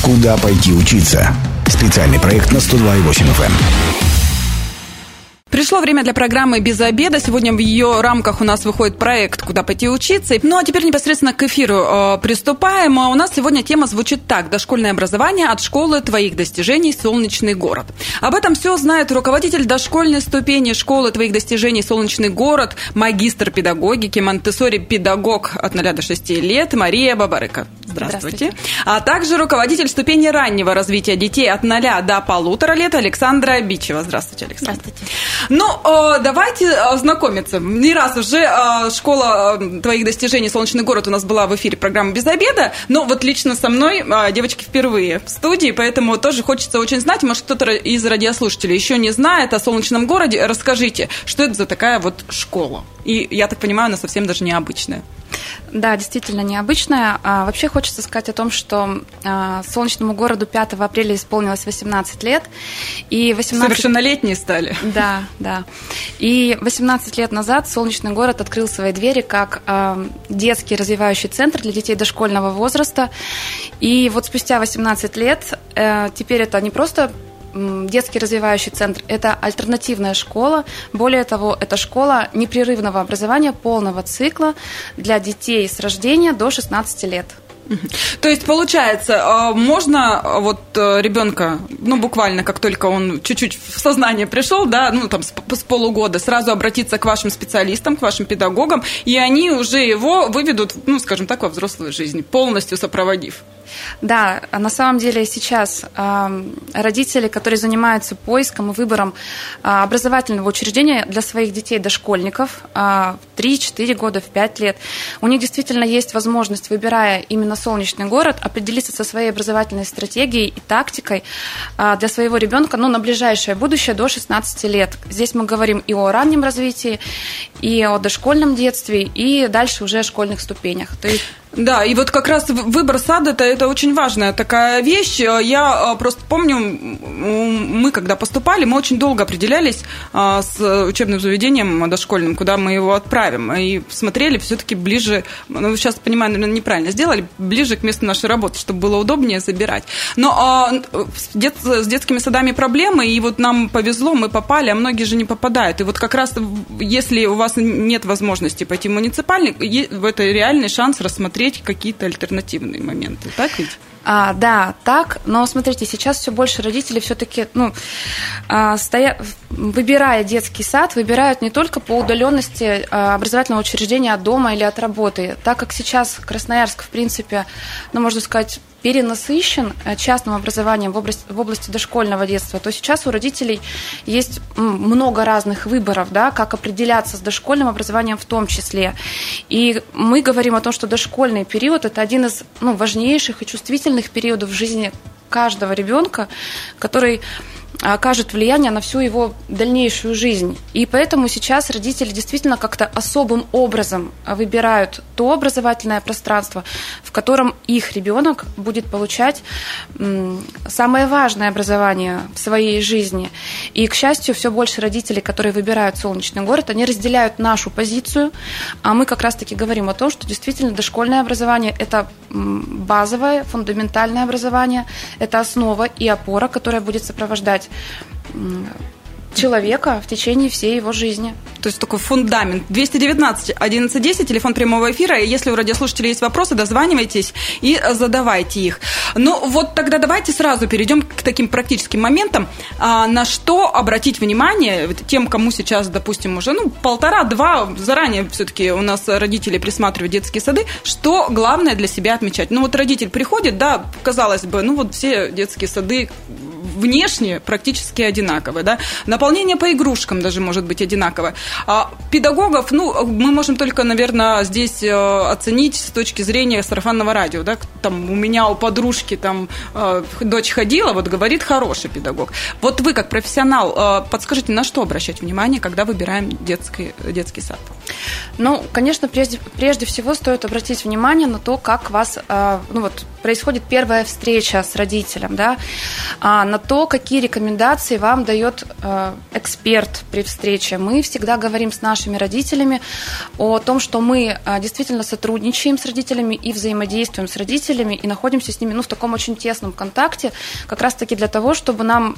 Куда пойти учиться? Специальный проект на 102,8 FM. Пришло время для программы «Без обеда». Сегодня в ее рамках у нас выходит проект «Куда пойти учиться». Ну, а теперь непосредственно к эфиру приступаем. У нас сегодня тема звучит так. Дошкольное образование от школы твоих достижений «Солнечный город». Об этом все знает руководитель дошкольной ступени школы твоих достижений «Солнечный город», магистр педагогики, монтессори-педагог от 0 до 6 лет Мария Бабарыка. Здравствуйте. А также руководитель ступени раннего развития детей от 0 до 1,5 лет Александра Бичева. Здравствуйте, Александра. Здравствуйте. Ну, давайте знакомиться. Не раз уже школа твоих достижений «Солнечный город» у нас была в эфире программы «Без обеда», но вот лично со мной девочки впервые в студии, поэтому тоже хочется очень знать, может, кто-то из радиослушателей еще не знает о «Солнечном городе». Расскажите, что это за такая вот школа? И, я так понимаю, она совсем даже необычная. Да, действительно необычная. Вообще хочется сказать о том, что Солнечному городу 5 апреля исполнилось 18 лет. И 18... Совершеннолетние стали. Да, да. И 18 лет назад Солнечный город открыл свои двери как детский развивающий центр для детей дошкольного возраста. И вот спустя 18 лет теперь это не просто детский развивающий центр – это альтернативная школа. Более того, это школа непрерывного образования полного цикла для детей с рождения до 16 лет. То есть, получается, можно вот ребенка, ну, буквально, как только он чуть-чуть в сознание пришел, да, ну, там, с полугода, сразу обратиться к вашим специалистам, к вашим педагогам, и они уже его выведут, ну, скажем так, во взрослую жизнь, полностью сопроводив. Да, на самом деле сейчас родители, которые занимаются поиском и выбором образовательного учреждения для своих детей, дошкольников, в 3-4 года, в 5 лет, у них действительно есть возможность, выбирая именно Солнечный город, определиться со своей образовательной стратегией и тактикой для своего ребенка, ну, на ближайшее будущее до 16 лет. Здесь мы говорим и о раннем развитии, и о дошкольном детстве, и дальше уже о школьных ступенях. То есть... Да, и вот как раз выбор сада это очень важная такая вещь. Я просто помню, мы когда поступали, мы очень долго определялись с учебным заведением дошкольным, куда мы его отправим, и смотрели все-таки ближе, ну, сейчас понимаю, наверное, неправильно сделали, ближе к месту нашей работы, чтобы было удобнее забирать. Но с детскими садами проблемы, и вот нам повезло, мы попали, а многие же не попадают. И вот как раз, если у вас нет возможности пойти в муниципальный, это реальный шанс рассмотреть какие-то альтернативные моменты, так ведь? Да, так, но смотрите, сейчас все больше родителей все-таки, выбирая детский сад, выбирают не только по удаленности образовательного учреждения от дома или от работы, так как сейчас Красноярск, в принципе, можно сказать, перенасыщен частным образованием в области дошкольного детства, то сейчас у родителей есть много разных выборов, да, как определяться с дошкольным образованием в том числе. И мы говорим о том, что дошкольный период – это один из важнейших и чувствительных периодов в жизни каждого ребенка, который окажет влияние на всю его дальнейшую жизнь. И поэтому сейчас родители действительно как-то особым образом выбирают то образовательное пространство, в котором их ребенок будет получать самое важное образование в своей жизни. И, к счастью, все больше родителей, которые выбирают Солнечный город, они разделяют нашу позицию, а мы как раз-таки говорим о том, что действительно дошкольное образование – это базовое, фундаментальное образование, это основа и опора, которая будет сопровождать человека в течение всей его жизни. То есть такой фундамент. 219-11-10, телефон прямого эфира. И если у радиослушателей есть вопросы, дозванивайтесь и задавайте их. Ну вот тогда давайте сразу перейдем к таким практическим моментам. На что обратить внимание тем, кому сейчас, допустим, уже 1,5-2, заранее все-таки у нас родители присматривают детские сады. Что главное для себя отмечать? Ну вот родитель приходит, да, казалось бы, все детские сады внешне практически одинаковые, да? Наполнение по игрушкам даже может быть одинаковое. А педагогов, мы можем только, наверное, здесь оценить с точки зрения сарафанного радио, да? Там у меня у подружки там дочь ходила, вот говорит хороший педагог. Вот вы как профессионал подскажите, на что обращать внимание, когда выбираем детский сад? Конечно, прежде всего стоит обратить внимание на то, как вас, происходит первая встреча с родителем, да, на то, какие рекомендации вам дает эксперт при встрече. Мы всегда говорим с нашими родителями о том, что мы действительно сотрудничаем с родителями и взаимодействуем с родителями и находимся с ними в таком очень тесном контакте, как раз-таки для того, чтобы нам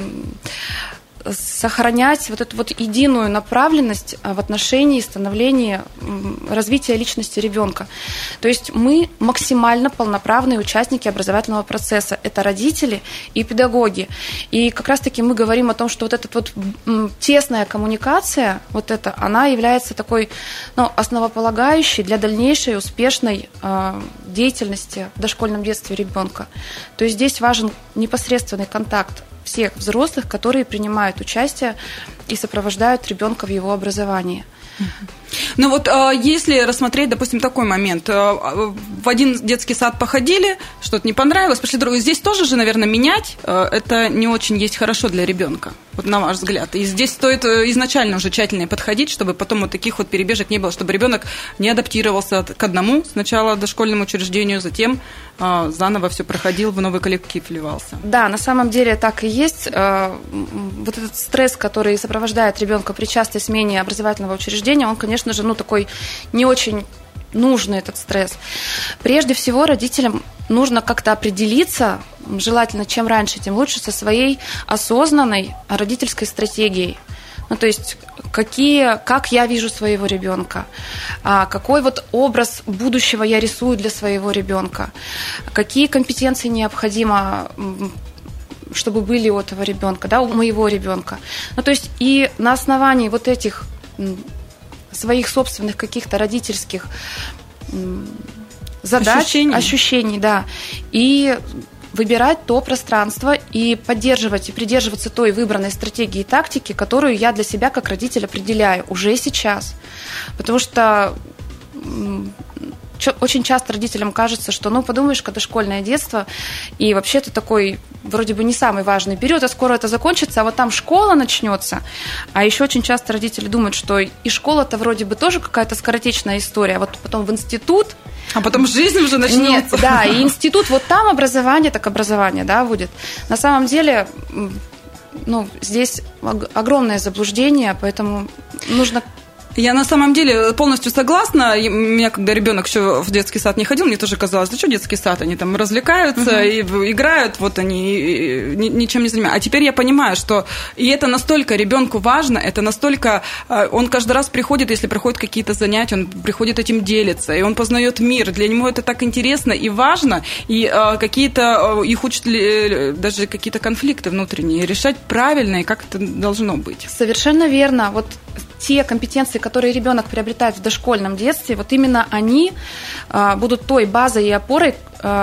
сохранять вот эту вот единую направленность в отношении становления, развития личности ребенка. То есть мы максимально полноправные участники образовательного процесса. Это родители и педагоги. И как раз-таки мы говорим о том, что вот эта вот тесная коммуникация, вот эта, она является такой, основополагающей для дальнейшей успешной деятельности в дошкольном детстве ребенка. То есть здесь важен непосредственный контакт всех взрослых, которые принимают участие и сопровождают ребенка в его образовании. Ну вот если рассмотреть, допустим, такой момент, в один детский сад походили, что-то не понравилось, пошли другой, здесь тоже же, наверное, менять, это не очень есть хорошо для ребенка, вот на ваш взгляд. И здесь стоит изначально уже тщательнее подходить, чтобы потом вот таких вот перебежек не было, чтобы ребенок не адаптировался к одному сначала дошкольному учреждению, затем заново все проходил, в новый коллектив вливался. Да, на самом деле так и есть. Вот этот стресс, который сопровождает ребенка при частой смене образовательного учреждения, он, конечно же, такой не очень нужный, этот стресс. Прежде всего, родителям нужно как-то определиться, желательно чем раньше, тем лучше, со своей осознанной родительской стратегией. То есть, как я вижу своего ребенка, какой вот образ будущего я рисую для своего ребенка, какие компетенции необходимо, чтобы были у этого ребенка, да, у моего ребенка. То есть, и на основании вот этих своих собственных каких-то родительских задач, ощущений, да, и выбирать то пространство и поддерживать и придерживаться той выбранной стратегии и тактики, которую я для себя как родитель определяю уже сейчас. Потому что очень часто родителям кажется, что, подумаешь, дошкольное детство, и вообще это такой вроде бы не самый важный период, а скоро это закончится, а вот там школа начнется. А еще очень часто родители думают, что и школа-то вроде бы тоже какая-то скоротечная история, а вот потом в институт. А потом жизнь уже начнется. Нет, да, и институт, вот там образование, да, будет. На самом деле, здесь огромное заблуждение, поэтому нужно... Я на самом деле полностью согласна. У меня, когда ребенок еще в детский сад не ходил, мне тоже казалось, да что детский сад, они там развлекаются, и играют, вот они ничем не занимаются. А теперь я понимаю, что и это настолько ребенку важно, это настолько... Он каждый раз приходит, если проходят какие-то занятия, он приходит этим делиться, и он познает мир. Для него это так интересно и важно, и какие-то... Их учат даже какие-то конфликты внутренние решать правильно, и как это должно быть. Совершенно верно. Вот те компетенции, которые ребенок приобретает в дошкольном детстве, вот именно они будут той базой и опорой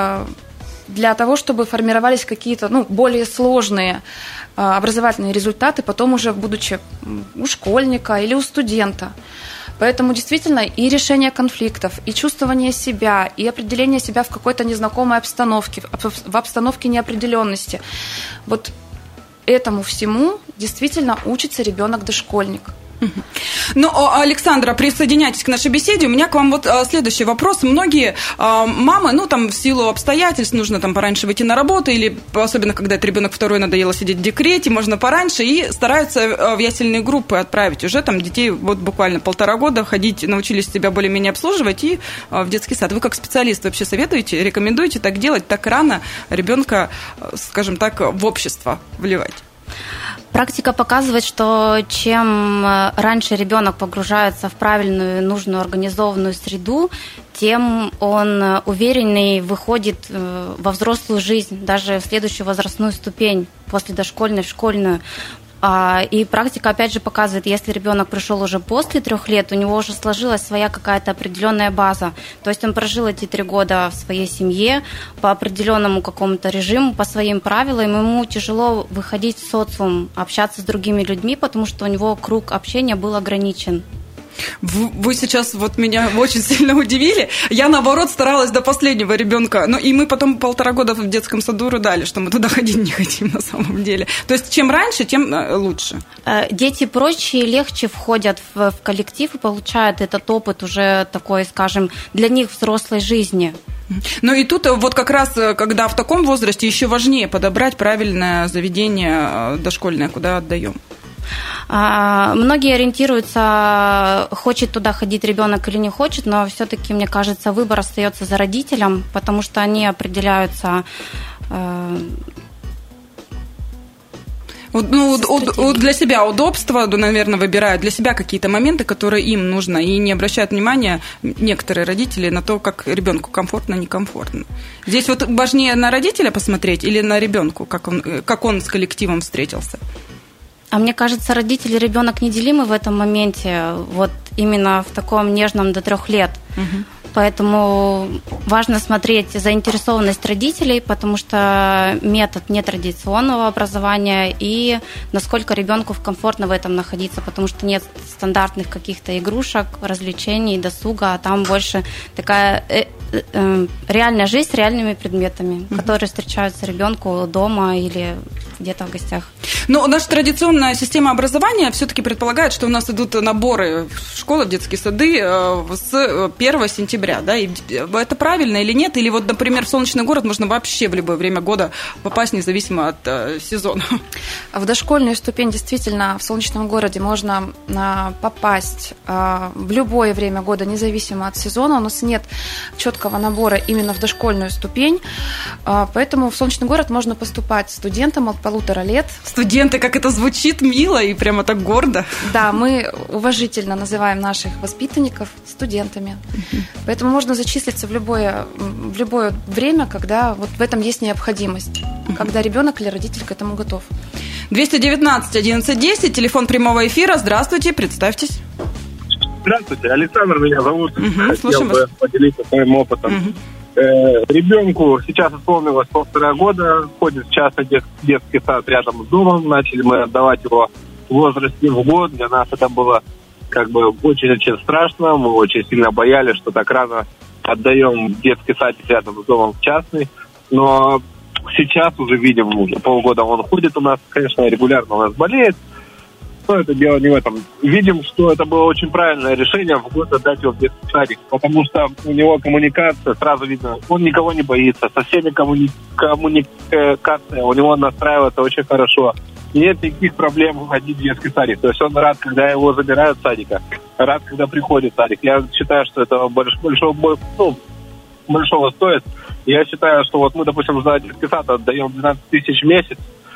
для того, чтобы формировались какие-то более сложные образовательные результаты, потом уже будучи у школьника или у студента. Поэтому действительно и решение конфликтов, и чувствование себя, и определение себя в какой-то незнакомой обстановке, в обстановке неопределенности. Вот этому всему действительно учится ребенок-дошкольник. Александра, присоединяйтесь к нашей беседе. У меня к вам вот следующий вопрос. Многие мамы, в силу обстоятельств, нужно пораньше выйти на работу, или особенно, когда это ребенок второй, надоело сидеть в декрете, можно пораньше, и стараются в ясельные группы отправить. Уже детей вот буквально 1,5 года ходить, научились себя более-менее обслуживать, и в детский сад. Вы как специалист вообще советуете, рекомендуете так делать, так рано ребенка, скажем так, в общество вливать? Практика показывает, что чем раньше ребенок погружается в правильную, нужную, организованную среду, тем он уверенней выходит во взрослую жизнь, даже в следующую возрастную ступень, после дошкольной, в школьную. И практика, опять же, показывает, если ребенок пришел уже после 3 лет, у него уже сложилась своя какая-то определенная база. То есть он прожил эти 3 года в своей семье по определенному какому-то режиму, по своим правилам. Ему тяжело выходить в социум, общаться с другими людьми, потому что у него круг общения был ограничен. Вы сейчас меня очень сильно удивили. Я, наоборот, старалась до последнего ребенка. И мы потом 1,5 года в детском саду рыдали, что мы туда ходить не хотим на самом деле. То есть, чем раньше, тем лучше. Дети проще и легче входят в коллектив и получают этот опыт уже такой, скажем, для них взрослой жизни. Ну и тут вот как раз, когда в таком возрасте, еще важнее подобрать правильное заведение дошкольное, куда отдаем. Многие ориентируются, хочет туда ходить ребенок или не хочет, но все-таки, мне кажется, выбор остается за родителем, потому что они определяются. Для себя удобства, наверное, выбирают для себя какие-то моменты, которые им нужно, и не обращают внимания некоторые родители на то, как ребенку комфортно, некомфортно. Здесь вот важнее на родителя посмотреть или на ребенку, как он с коллективом встретился? А мне кажется, родители и ребенок неделимы в этом моменте, вот именно в таком нежном до 3 лет. Угу. Поэтому важно смотреть заинтересованность родителей, потому что метод нетрадиционного образования и насколько ребенку комфортно в этом находиться, потому что нет стандартных каких-то игрушек, развлечений, досуга, а там больше такая реальная жизнь с реальными предметами, которые встречаются ребенку дома или где-то в гостях. Но наша традиционная система образования все-таки предполагает, что у нас идут наборы в школы, в детские сады с 1 сентября. Да? И это правильно или нет? Или вот, например, в Солнечный город можно вообще в любое время года попасть, независимо от сезона? В дошкольную ступень действительно в Солнечном городе можно попасть в любое время года, независимо от сезона. У нас нет четкого набора именно в дошкольную ступень, поэтому в Солнечный город можно поступать студентам от 1,5 лет. Студенты, как это звучит мило и прямо так гордо. Да, мы уважительно называем наших воспитанников студентами. Поэтому можно зачислиться в любое время, когда вот в этом есть необходимость, когда ребенок или родитель к этому готов. 219 11 10, телефон прямого эфира. Здравствуйте, представьтесь. Здравствуйте, Александр меня зовут. Хотел бы поделиться своим опытом. Ребенку сейчас исполнилось 1,5 года, ходит в частный детский сад рядом с домом. Начали мы отдавать его в возрасте в год. Для нас это было очень-очень страшно. Мы очень сильно боялись, что так рано отдаем детский садик рядом с домом в частный. Но сейчас уже видим, уже полгода он ходит у нас, конечно, регулярно у нас болеет. Но это дело не в этом. Видим, что это было очень правильное решение в год отдать его в детский садик, потому что у него коммуникация, сразу видно, он никого не боится, со всеми коммуникация у него настраивается очень хорошо. Нет никаких проблем ходить в детский садик. То есть он рад, когда его забирают с садика, рад, когда приходит в садик. Я считаю, что это большого стоит. Я считаю, что вот мы, допустим, за детский сад отдаем 12 тысяч в месяц.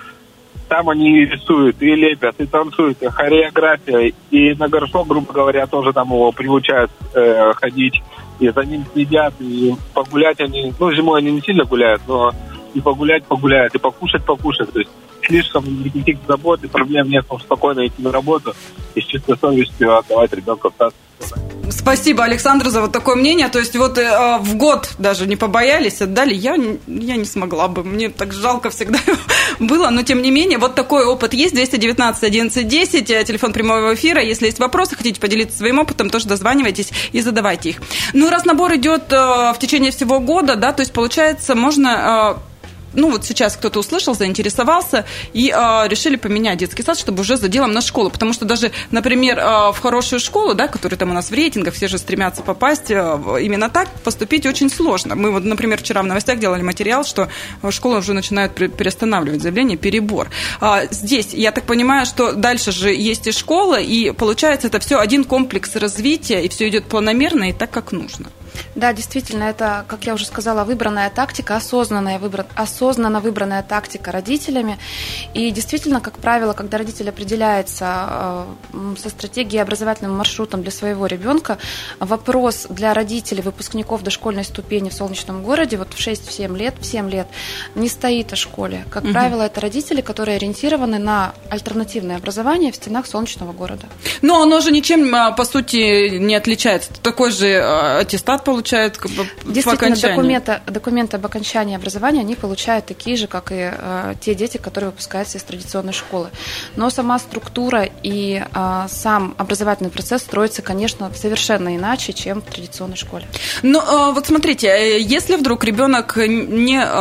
Там они рисуют, и лепят, и танцуют, и хореография, и на горшок, грубо говоря, тоже там его приучают ходить, и за ним следят, и погулять они, зимой они не сильно гуляют, но и погуляют, и покушать. То есть слишком никаких забот и проблем нет, чтобы спокойно идти на работу и с чистой совестью отдавать ребенка в сад. Спасибо, Александр, за вот такое мнение. То есть вот в год даже не побоялись, отдали. Я не смогла бы. Мне так жалко всегда было. Но тем не менее, вот такой опыт есть. 219 11 10, телефон прямого эфира. Если есть вопросы, хотите поделиться своим опытом, тоже дозванивайтесь и задавайте их. Раз набор идет в течение всего года, да, то есть получается, можно... вот сейчас кто-то услышал, заинтересовался и решили поменять детский сад, чтобы уже за делом на школу. Потому что даже, например, в хорошую школу, да, которая там у нас в рейтингах, все же стремятся попасть, именно так поступить очень сложно. Мы вот, например, вчера в новостях делали материал, что школы уже начинают переостанавливать заявление, перебор. Здесь, я так понимаю, что дальше же есть и школа, и получается это все один комплекс развития, и все идет планомерно и так, как нужно. Да, действительно, это, как я уже сказала, выбранная тактика, осознанно выбранная тактика родителями. И действительно, как правило, когда родитель определяется со стратегией образовательным маршрутом для своего ребенка, вопрос для родителей, выпускников дошкольной ступени в Солнечном городе вот в 7 лет не стоит о школе. Как правило, это родители, которые ориентированы на альтернативное образование в стенах Солнечного города. Но оно же ничем, по сути, не отличается. Такой же аттестат получают по окончании. Действительно, документы об окончании образования они получают такие же, как и те дети, которые выпускаются из традиционной школы. Но сама структура и сам образовательный процесс строится, конечно, совершенно иначе, чем в традиционной школе. Вот смотрите, если вдруг ребенок не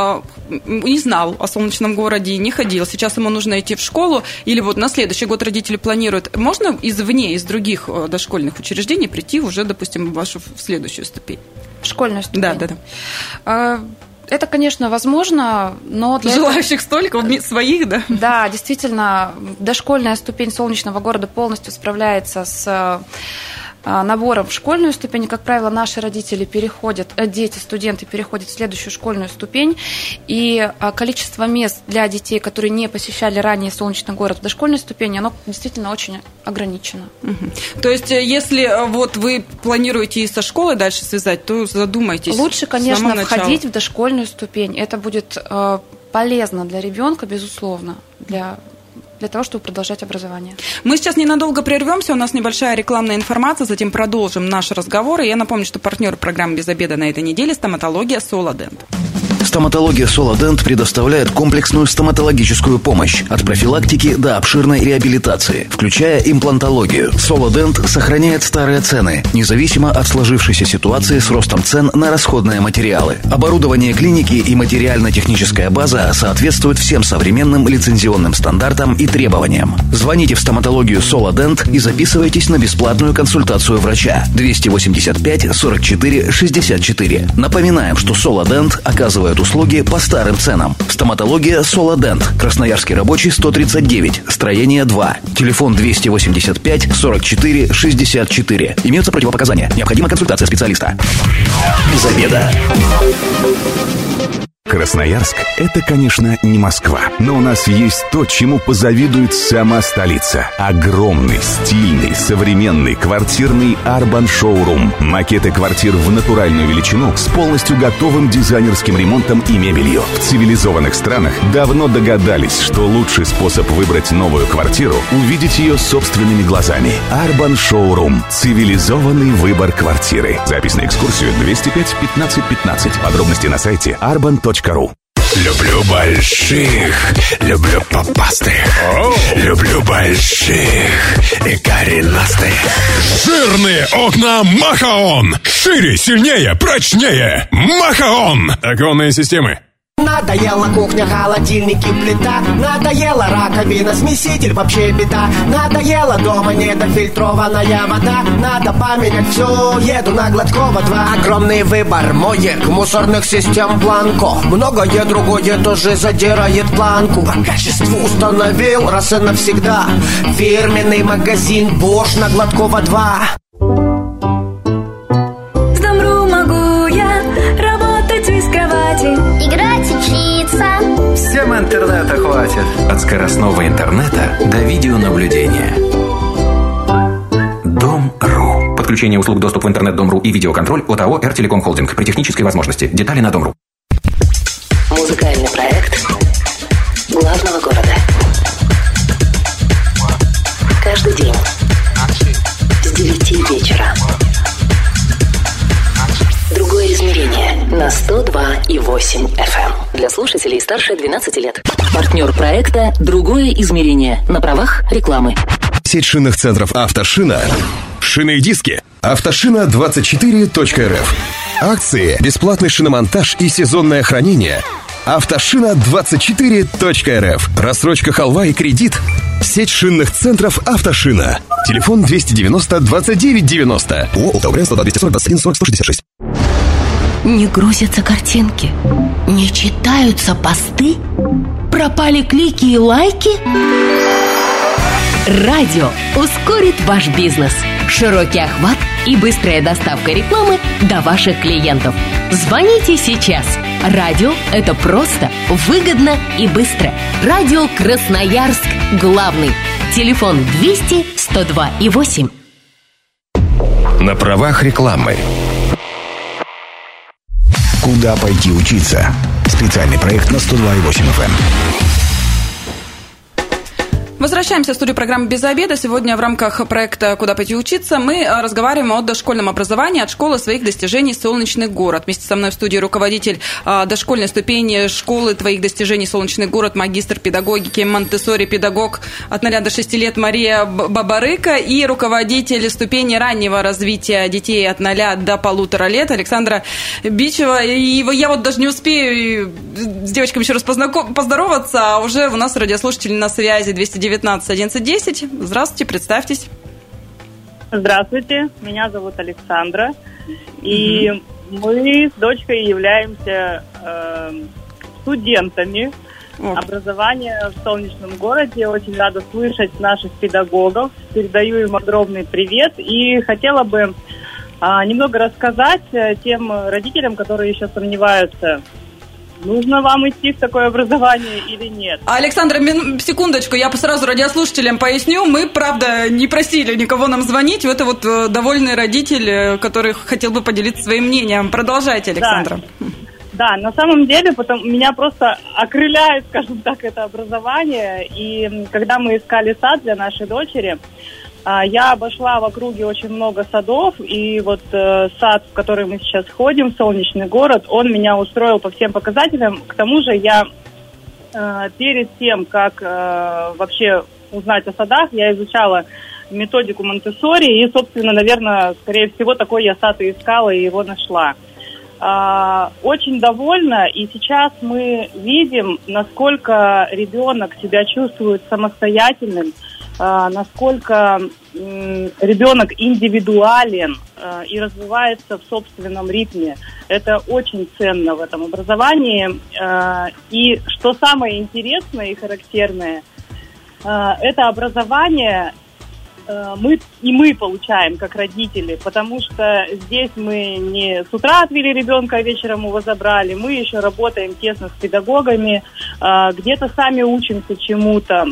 не знал о солнечном городе, не ходил, сейчас ему нужно идти в школу, или вот на следующий год родители планируют, можно извне, из других дошкольных учреждений прийти уже, допустим, в следующую ступень? В школьную ступень? Да. Это, конечно, возможно, но для желающих столько, своих, да? Да, действительно, дошкольная ступень солнечного города полностью справляется с набором в школьную ступень. Как правило, наши родители дети, студенты переходят в следующую школьную ступень, и количество мест для детей, которые не посещали ранее солнечный город в дошкольной ступени, оно действительно очень ограничено. То есть, если вот вы планируете и со школой дальше связать, то задумайтесь. Лучше, конечно, входить в дошкольную ступень. Это будет полезно для ребенка, безусловно, для того, чтобы продолжать образование. Мы сейчас ненадолго прервемся, у нас небольшая рекламная информация, затем продолжим наш разговор. И я напомню, что партнер программы «Без обеда» на этой неделе – стоматология Солодент. Стоматология Солодент предоставляет комплексную стоматологическую помощь от профилактики до обширной реабилитации, включая имплантологию. Солодент сохраняет старые цены, независимо от сложившейся ситуации с ростом цен на расходные материалы. Оборудование клиники и материально-техническая база соответствуют всем современным лицензионным стандартам и требованиям. Звоните в стоматологию Солодент и записывайтесь на бесплатную консультацию врача 285 44 64. Напоминаем, что Солодент оказывает услуги по старым ценам. Стоматология Солодент. Красноярский рабочий 139, строение 2. Телефон 285 44 64. Имеются противопоказания. Необходима консультация специалиста. Без обеда. Красноярск – это, конечно, не Москва, но у нас есть то, чему позавидует сама столица. Огромный, стильный, современный квартирный Арбан Шоурум. Макеты квартир в натуральную величину с полностью готовым дизайнерским ремонтом и мебелью. В цивилизованных странах давно догадались, что лучший способ выбрать новую квартиру – увидеть ее собственными глазами. Арбан Шоурум. Цивилизованный выбор квартиры. Запись на экскурсию 205 15 15. Подробности на сайте arban.ru. Люблю больших, люблю попастых, люблю больших и коренастых. Жирные окна Махаон. Шире, сильнее, прочнее. Махаон. Оконные системы. Надоела кухня, холодильник и плита. Надоела раковина, смеситель, вообще беда. Надоела дома недофильтрованная вода. Надо поменять все, еду на Гладкова 2. Огромный выбор моек, мусорных систем Бланко. Многое другое тоже задирает планку. По качеству установил раз и навсегда фирменный магазин Bosch на Гладкова 2. С Домру могу я работать из кровати, играть, учиться. Всем интернета хватит. От скоростного интернета до видеонаблюдения. Дом.ру. Подключение услуг доступ в интернет Дом.ру и видеоконтроль от АО «Эр-Телеком Холдинг» при технической возможности. Детали на Дом.ру. Музыкальный проект главного города. Каждый день с 9 вечера. Другое измерение на 102,8 FM. Для слушателей старше 12 лет. Партнер проекта «Другое измерение» на правах рекламы. Сеть шинных центров «Автошина». Шины и диски. Автошина24.рф. Акции, бесплатный шиномонтаж и сезонное хранение. Автошина24.рф. Рассрочка халва и кредит. Сеть шинных центров «Автошина». Телефон 290 29 90. ООО «УТ 100 240 21 40 166». Не грузятся картинки, не читаются посты, пропали клики и лайки. Радио ускорит ваш бизнес. Широкий охват и быстрая доставка рекламы до ваших клиентов. Звоните сейчас. Радио – это просто, выгодно и быстро. Радио «Красноярск. Главный». Телефон 200 102 и 8. На правах рекламы. Куда пойти учиться? Специальный проект на 102,8 FM. Возвращаемся в студию программы «Без обеда». Сегодня в рамках проекта «Куда пойти учиться» мы разговариваем о дошкольном образовании от школы своих достижений «Солнечный город». Вместе со мной в студии руководитель дошкольной ступени школы твоих достижений «Солнечный город», магистр педагогики, монтессори, педагог от 0 до 6 лет Мария Бабарыка и руководитель ступени раннего развития детей от 0 до 1,5 лет Александра Бичева. И я вот даже не успею с девочками еще раз поздороваться, а уже у нас радиослушатели на связи 219 1110. Здравствуйте, представьтесь. Здравствуйте, меня зовут Александра, и мы с дочкой являемся студентами образования в Солнечном городе. Очень рада слышать наших педагогов, передаю им огромный привет и хотела бы немного рассказать тем родителям, которые еще сомневаются, нужно вам идти в такое образование или нет. Александра, секундочку, я сразу радиослушателям поясню. Мы, правда, не просили никого нам звонить. Это вот довольный родитель, который хотел бы поделиться своим мнением. Продолжайте, Александра. Да, на самом деле меня просто окрыляет, скажем так, это образование. И когда мы искали сад для нашей дочери, я обошла в округе очень много садов, и вот сад, в который мы сейчас ходим, «Солнечный город», он меня устроил по всем показателям. К тому же я перед тем, как вообще узнать о садах, я изучала методику Монтессори, и, собственно, наверное, скорее всего, такой я сад и искала, и его нашла. Очень довольна, и сейчас мы видим, насколько ребенок себя чувствует самостоятельным, насколько ребенок индивидуален и развивается в собственном ритме. Это очень ценно в этом образовании. И что самое интересное и характерное, это образование мы получаем как родители, потому что здесь мы не с утра отвели ребенка, а вечером его забрали. Мы еще работаем тесно с педагогами, где-то сами учимся чему-то,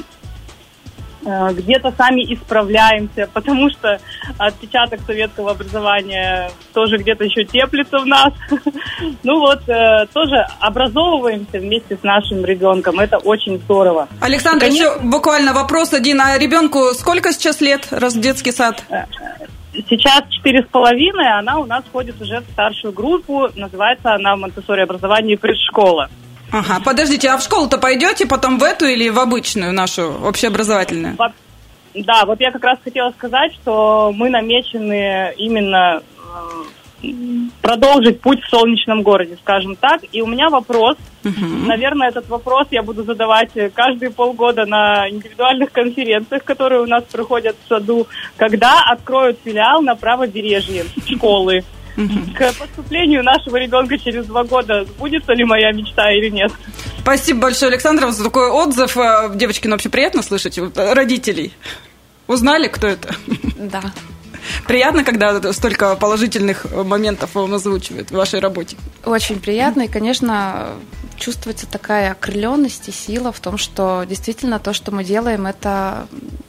где-то сами исправляемся, потому что отпечаток советского образования тоже где-то еще теплится в нас. Ну вот, тоже образовываемся вместе с нашим ребенком. Это очень здорово. Александр, еще буквально вопрос один. А ребенку сколько сейчас лет, раз в детский сад? Сейчас 4,5, она у нас ходит уже в старшую группу. Называется она в Монтессори образовании предшкола. Ага, подождите, а в школу-то пойдете потом в эту или в обычную нашу, общеобразовательную? Да, вот я как раз хотела сказать, что мы намечены именно продолжить путь в Солнечном городе, скажем так. И у меня вопрос, наверное, этот вопрос я буду задавать каждые полгода на индивидуальных конференциях, которые у нас проходят в саду, когда откроют филиал на правобережье школы. К поступлению нашего ребенка через 2 года сбудется ли моя мечта или нет? Спасибо большое, Александра, за такой отзыв. Девочки, ну вообще приятно слышать родителей. Узнали, кто это? Да. Приятно, когда столько положительных моментов вам озвучивают в вашей работе? Очень приятно, и, конечно, чувствуется такая окрыленность и сила в том, что действительно то, что мы делаем, это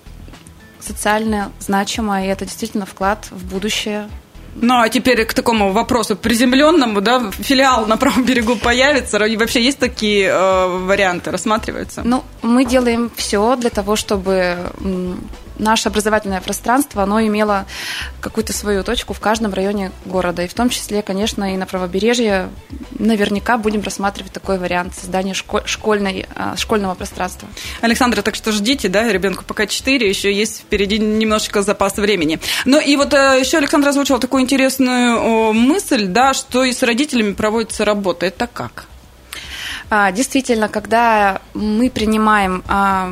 социально значимо, и это действительно вклад в будущее. Ну, а теперь к такому вопросу приземленному, да, филиал на правом берегу появится, и вообще есть такие варианты, рассматриваются? Ну, мы делаем все для того, чтобы наше образовательное пространство, оно имело какую-то свою точку в каждом районе города, и в том числе, конечно, и на правобережье наверняка будем рассматривать такой вариант создания школьного пространства. Александра, так что ждите, да, ребенку пока 4, еще есть впереди немножечко запас времени. Ну и вот еще Александра озвучила такую интересную мысль, да, что и с родителями проводится работа. Это как? Действительно, когда мы принимаем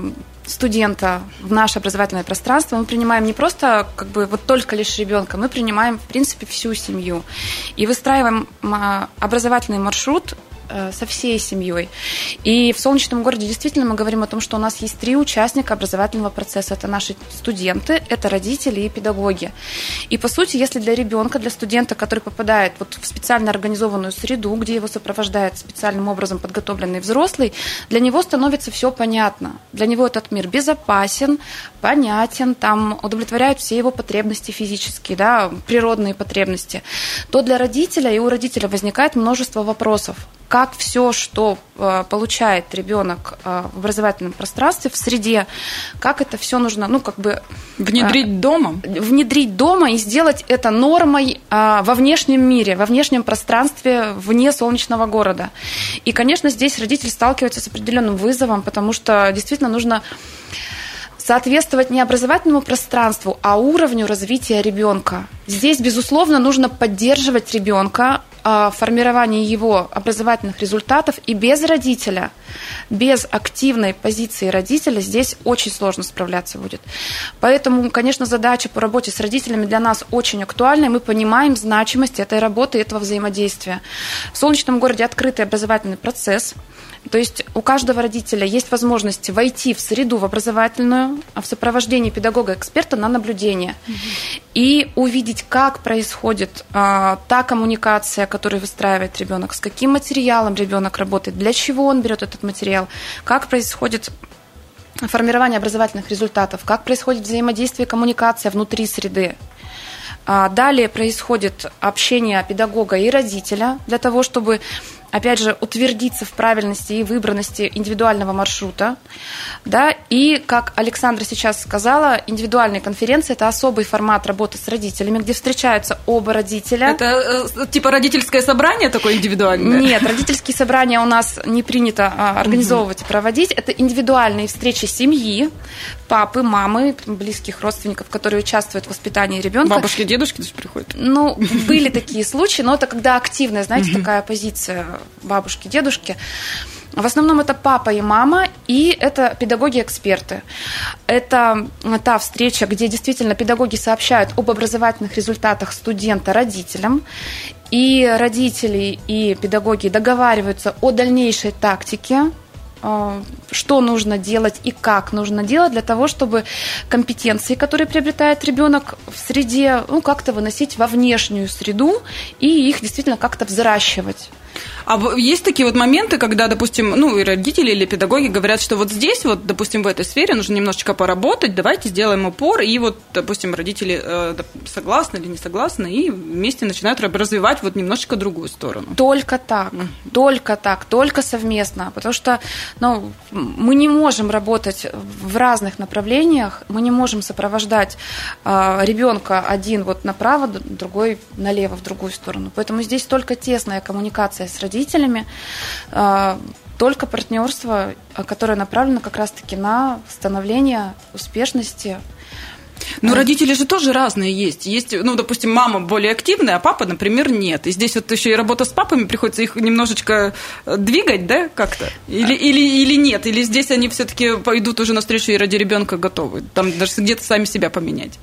студента в наше образовательное пространство, мы принимаем не просто как бы вот только лишь ребенка, мы принимаем, в принципе, всю семью и выстраиваем образовательный маршрут со всей семьей. И в Солнечном городе действительно мы говорим о том, что у нас есть 3 участника образовательного процесса. Это наши студенты, это родители и педагоги. И, по сути, если для ребенка, для студента, который попадает вот в специально организованную среду, где его сопровождает специальным образом подготовленный взрослый, для него становится все понятно. Для него этот мир безопасен, понятен, там удовлетворяют все его потребности физические, да, природные потребности. То для родителя и у родителя возникает множество вопросов. как все, что получает ребенок в образовательном пространстве, в среде, как это все нужно, внедрить дома. Внедрить дома и сделать это нормой во внешнем мире, во внешнем пространстве, вне солнечного города. И, конечно, здесь родитель сталкивается с определенным вызовом, потому что действительно нужно соответствовать не образовательному пространству, а уровню развития ребенка. Здесь, безусловно, нужно поддерживать ребенка в формировании его образовательных результатов, и без родителя, без активной позиции родителя здесь очень сложно справляться будет. Поэтому, конечно, задача по работе с родителями для нас очень актуальна, и мы понимаем значимость этой работы, этого взаимодействия. В солнечном городе открытый образовательный процесс. То есть у каждого родителя есть возможность войти в среду, в образовательную, в сопровождении педагога-эксперта на наблюдение и увидеть, как происходит та коммуникация, которую выстраивает ребенок, с каким материалом ребенок работает, для чего он берет этот материал, как происходит формирование образовательных результатов, как происходит взаимодействие и коммуникация внутри среды. Далее происходит общение педагога и родителя для того, чтобы, опять же, утвердиться в правильности и выбранности индивидуального маршрута. Да? И, как Александра сейчас сказала, индивидуальные конференции – это особый формат работы с родителями, где встречаются оба родителя. Это типа родительское собрание такое индивидуальное? Нет, родительские собрания у нас не принято организовывать и проводить. Это индивидуальные встречи семьи, папы, мамы, близких родственников, которые участвуют в воспитании ребенка. Бабушки, дедушки даже приходят? Ну, были такие случаи, но это когда активная, знаете, такая позиция бабушки, дедушки. В основном это папа и мама, и это педагоги-эксперты. Это та встреча, где действительно педагоги сообщают об образовательных результатах студента родителям, и родители, и педагоги договариваются о дальнейшей тактике, что нужно делать и как нужно делать для того, чтобы компетенции, которые приобретает ребенок в среде, как-то выносить во внешнюю среду и их действительно как-то взращивать. А есть такие вот моменты, когда, допустим, и родители или педагоги говорят, что вот здесь, вот, допустим, в этой сфере нужно немножечко поработать, давайте сделаем упор, и вот, допустим, родители согласны или не согласны, и вместе начинают развивать вот немножечко другую сторону. Только так, только совместно, потому что мы не можем работать в разных направлениях, мы не можем сопровождать ребенка один вот направо, другой налево, в другую сторону. Поэтому здесь только тесная коммуникация с родителями, только партнерство, которое направлено как раз-таки на становление успешности. Но родители же тоже разные есть. Есть, допустим, мама более активная, а папа, например, нет. И здесь вот еще и работа с папами, приходится их немножечко двигать, да, как-то? Или нет? Или здесь они все-таки пойдут уже навстречу и ради ребенка готовы? Там даже где-то сами себя поменять.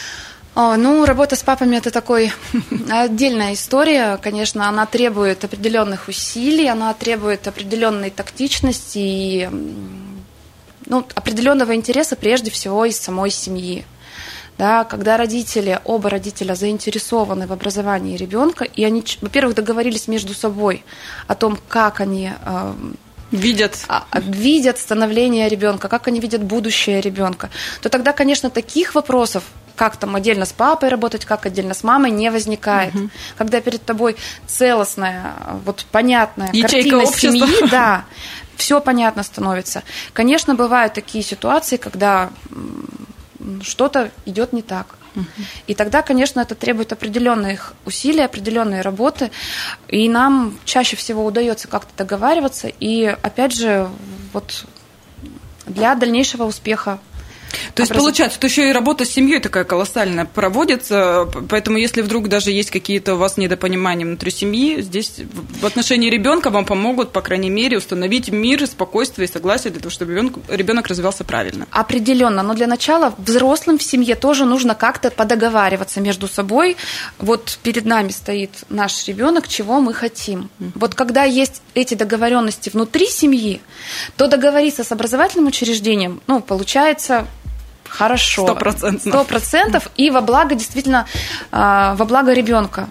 Работа с папами – это такой отдельная история. Конечно, она требует определенных усилий, она требует определенной тактичности и определенного интереса прежде всего из самой семьи. Да, когда оба родителя заинтересованы в образовании ребенка, и они, во-первых, договорились между собой о том, как они видят становление ребенка, как они видят будущее ребенка, то тогда, конечно, таких вопросов, как там отдельно с папой работать, как отдельно с мамой, не возникает. Когда перед тобой целостная, понятная ячейка картина общества. Семьи, да, все понятно становится. Конечно, бывают такие ситуации, когда что-то идет не так. И тогда, конечно, это требует определенных усилий, определенной работы, и нам чаще всего удается как-то договариваться, и, опять же, для дальнейшего успеха. То есть, получается, что еще и работа с семьей такая колоссальная проводится, поэтому если вдруг даже есть какие-то у вас недопонимания внутри семьи, здесь в отношении ребенка вам помогут, по крайней мере, установить мир, спокойствие и согласие для того, чтобы ребенок развивался правильно. Определенно, но для начала взрослым в семье тоже нужно как-то подоговариваться между собой. Вот перед нами стоит наш ребенок, чего мы хотим. Вот когда есть эти договоренности внутри семьи, то договориться с образовательным учреждением, получается хорошо. 100%. И во благо, действительно, во благо ребенка.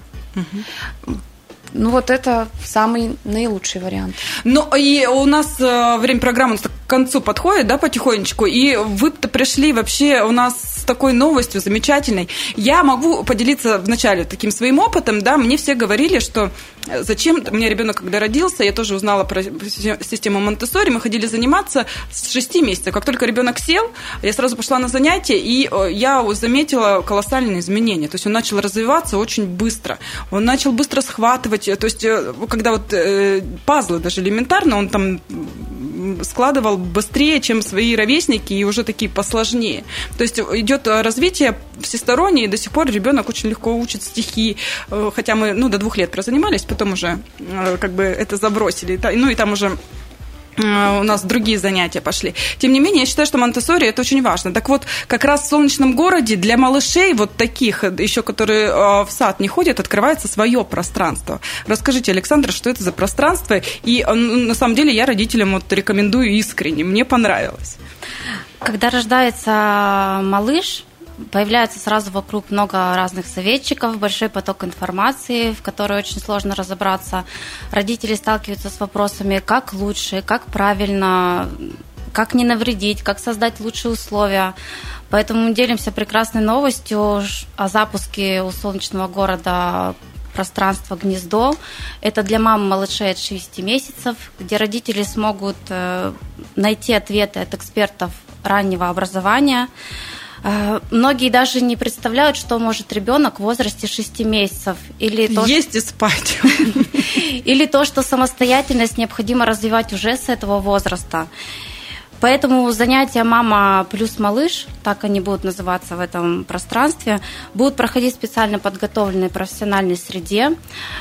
Это самый наилучший вариант. И у нас время программы концу подходит, да, потихонечку, и вы-то пришли вообще у нас с такой новостью замечательной. Я могу поделиться вначале таким своим опытом, да, мне все говорили, что зачем, у меня ребенок, когда родился, я тоже узнала про систему Монтессори, мы ходили заниматься с 6 месяцев. Как только ребенок сел, я сразу пошла на занятия, и я заметила колоссальные изменения. То есть он начал развиваться очень быстро, он начал быстро схватывать, то есть когда вот пазлы даже элементарно, он там складывал быстрее, чем свои ровесники, и уже такие посложнее. То есть идет развитие всестороннее, и до сих пор ребенок очень легко учит стихи, хотя мы до 2 лет прозанимались, потом уже как бы это забросили, и там уже у нас другие занятия пошли. Тем не менее, я считаю, что Монтессори это очень важно. Так вот, как раз в солнечном городе для малышей, вот таких еще, которые в сад не ходят, открывается свое пространство. Расскажите, Александра, что это за пространство? И на самом деле я родителям вот рекомендую искренне. Мне понравилось. Когда рождается малыш, появляется сразу вокруг много разных советчиков, большой поток информации, в которой очень сложно разобраться. Родители сталкиваются с вопросами, как лучше, как правильно, как не навредить, как создать лучшие условия. Поэтому мы делимся прекрасной новостью о запуске у солнечного города пространства «Гнездо». Это для мам малышей от 6 месяцев, где родители смогут найти ответы от экспертов раннего образования. Многие даже не представляют, что может ребенок в возрасте 6 месяцев. Есть и спать. Или то, что самостоятельность необходимо развивать уже с этого возраста. Поэтому занятия «Мама плюс малыш», так они будут называться в этом пространстве, будут проходить в специально подготовленной профессиональной среде.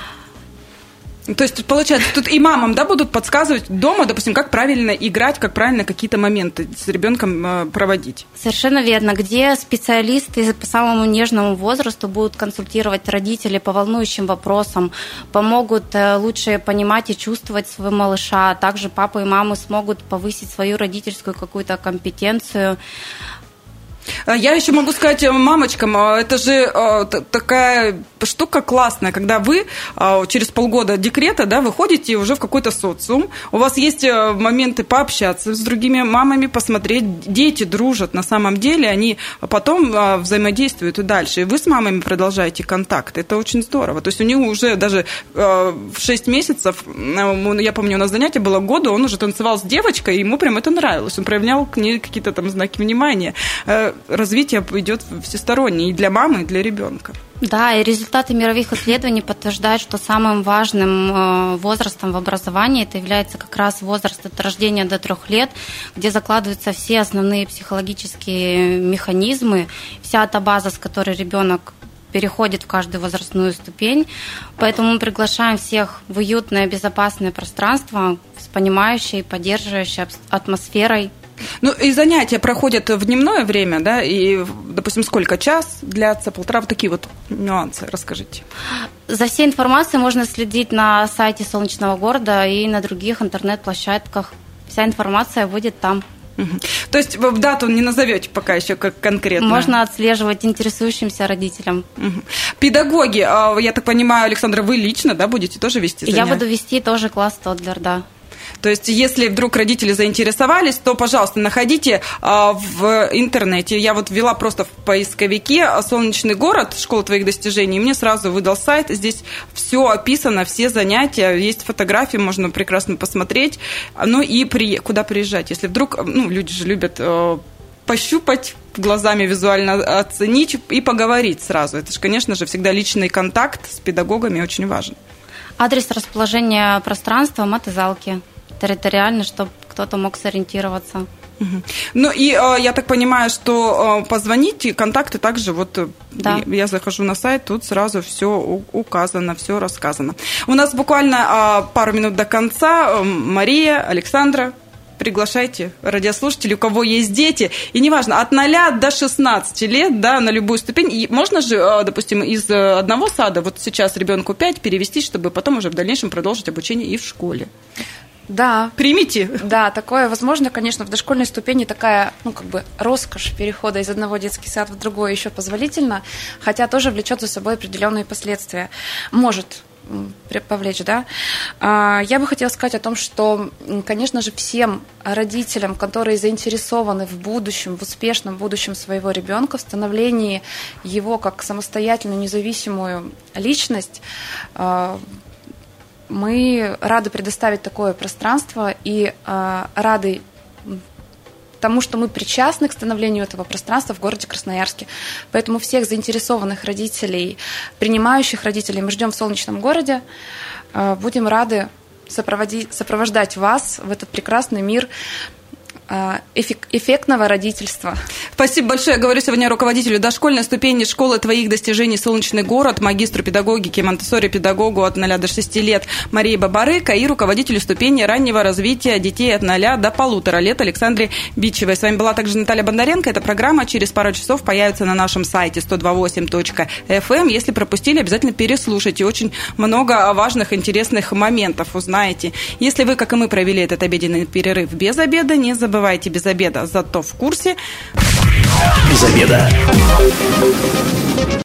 То есть, получается, тут и мамам, да, будут подсказывать дома, допустим, как правильно играть, как правильно какие-то моменты с ребенком проводить. Совершенно верно. Где специалисты по самому нежному возрасту будут консультировать родителей по волнующим вопросам, помогут лучше понимать и чувствовать своего малыша, а также папы и мамы смогут повысить свою родительскую какую-то компетенцию. Я еще могу сказать мамочкам, это же такая штука классная, когда вы через полгода декрета, да, выходите уже в какой-то социум, у вас есть моменты пообщаться с другими мамами, посмотреть, дети дружат на самом деле, они потом взаимодействуют и дальше, и вы с мамами продолжаете контакт, это очень здорово, то есть у него уже даже в 6 месяцев, я помню, у нас занятие было года, он уже танцевал с девочкой, и ему прям это нравилось, он проявлял к ней какие-то там знаки внимания. Развитие идет всесторонне и для мамы, и для ребенка. Да, и результаты мировых исследований подтверждают, что самым важным возрастом в образовании это является как раз возраст от рождения до 3 лет, где закладываются все основные психологические механизмы, вся та база, с которой ребенок переходит в каждую возрастную ступень. Поэтому мы приглашаем всех в уютное, безопасное пространство с понимающей, поддерживающей атмосферой. И занятия проходят в дневное время, да, и, допустим, сколько, час длятся, 1,5, вот такие вот нюансы, расскажите. За всей информацией можно следить на сайте Солнечного города и на других интернет-площадках. Вся информация будет там. То есть дату не назовете пока еще как конкретно? Можно отслеживать интересующимся родителям. Педагоги, я так понимаю, Александра, вы лично, да, будете тоже вести занятия? Я буду вести тоже класс Тоддлер, да. То есть, если вдруг родители заинтересовались, то, пожалуйста, находите в интернете. Я вот ввела просто в поисковике «Солнечный город. Школа твоих достижений». И мне сразу выдал сайт. Здесь все описано, все занятия. Есть фотографии, можно прекрасно посмотреть. Ну и куда приезжать? Если вдруг, люди же любят пощупать, глазами визуально оценить и поговорить сразу. Это же, конечно же, всегда личный контакт с педагогами очень важен. Адрес расположения пространства Матызалки. Территориально, чтобы кто-то мог сориентироваться. Ну и я так понимаю, что позвоните, контакты также да. Я захожу на сайт, тут сразу все указано, все рассказано. У нас буквально пару минут до конца. Мария, Александра, приглашайте радиослушателей, у кого есть дети, и неважно, от 0 до 16 лет, да, на любую ступень. И можно же, допустим, из одного сада, вот сейчас ребенку 5, перевестись, чтобы потом уже в дальнейшем продолжить обучение и в школе. Да. Примите. Да, такое возможно, конечно, в дошкольной ступени такая, роскошь перехода из одного детский сад в другой еще позволительно, хотя тоже влечет за собой определенные последствия. Может повлечь, да. Я бы хотела сказать о том, что, конечно же, всем родителям, которые заинтересованы в будущем, в успешном будущем своего ребенка, в становлении его как самостоятельную, независимую личность, мы рады предоставить такое пространство и рады тому, что мы причастны к становлению этого пространства в городе Красноярске. Поэтому всех заинтересованных родителей, принимающих родителей мы ждем в солнечном городе. Будем рады сопровождать вас в этот прекрасный мир эффектного родительства. Спасибо большое. Я говорю сегодня руководителю дошкольной ступени школы твоих достижений «Солнечный город», магистру педагогики, монтессори-педагогу от 0 до 6 лет Марии Бабарыко и руководителю ступени раннего развития детей от 0 до 1,5 лет Александре Бичевой. С вами была также Наталья Бондаренко. Эта программа через пару часов появится на нашем сайте 128.fm. Если пропустили, обязательно переслушайте. Очень много важных, интересных моментов узнаете. Если вы, как и мы, провели этот обеденный перерыв без обеда, не забывайте без обеда, зато в курсе. Без обеда.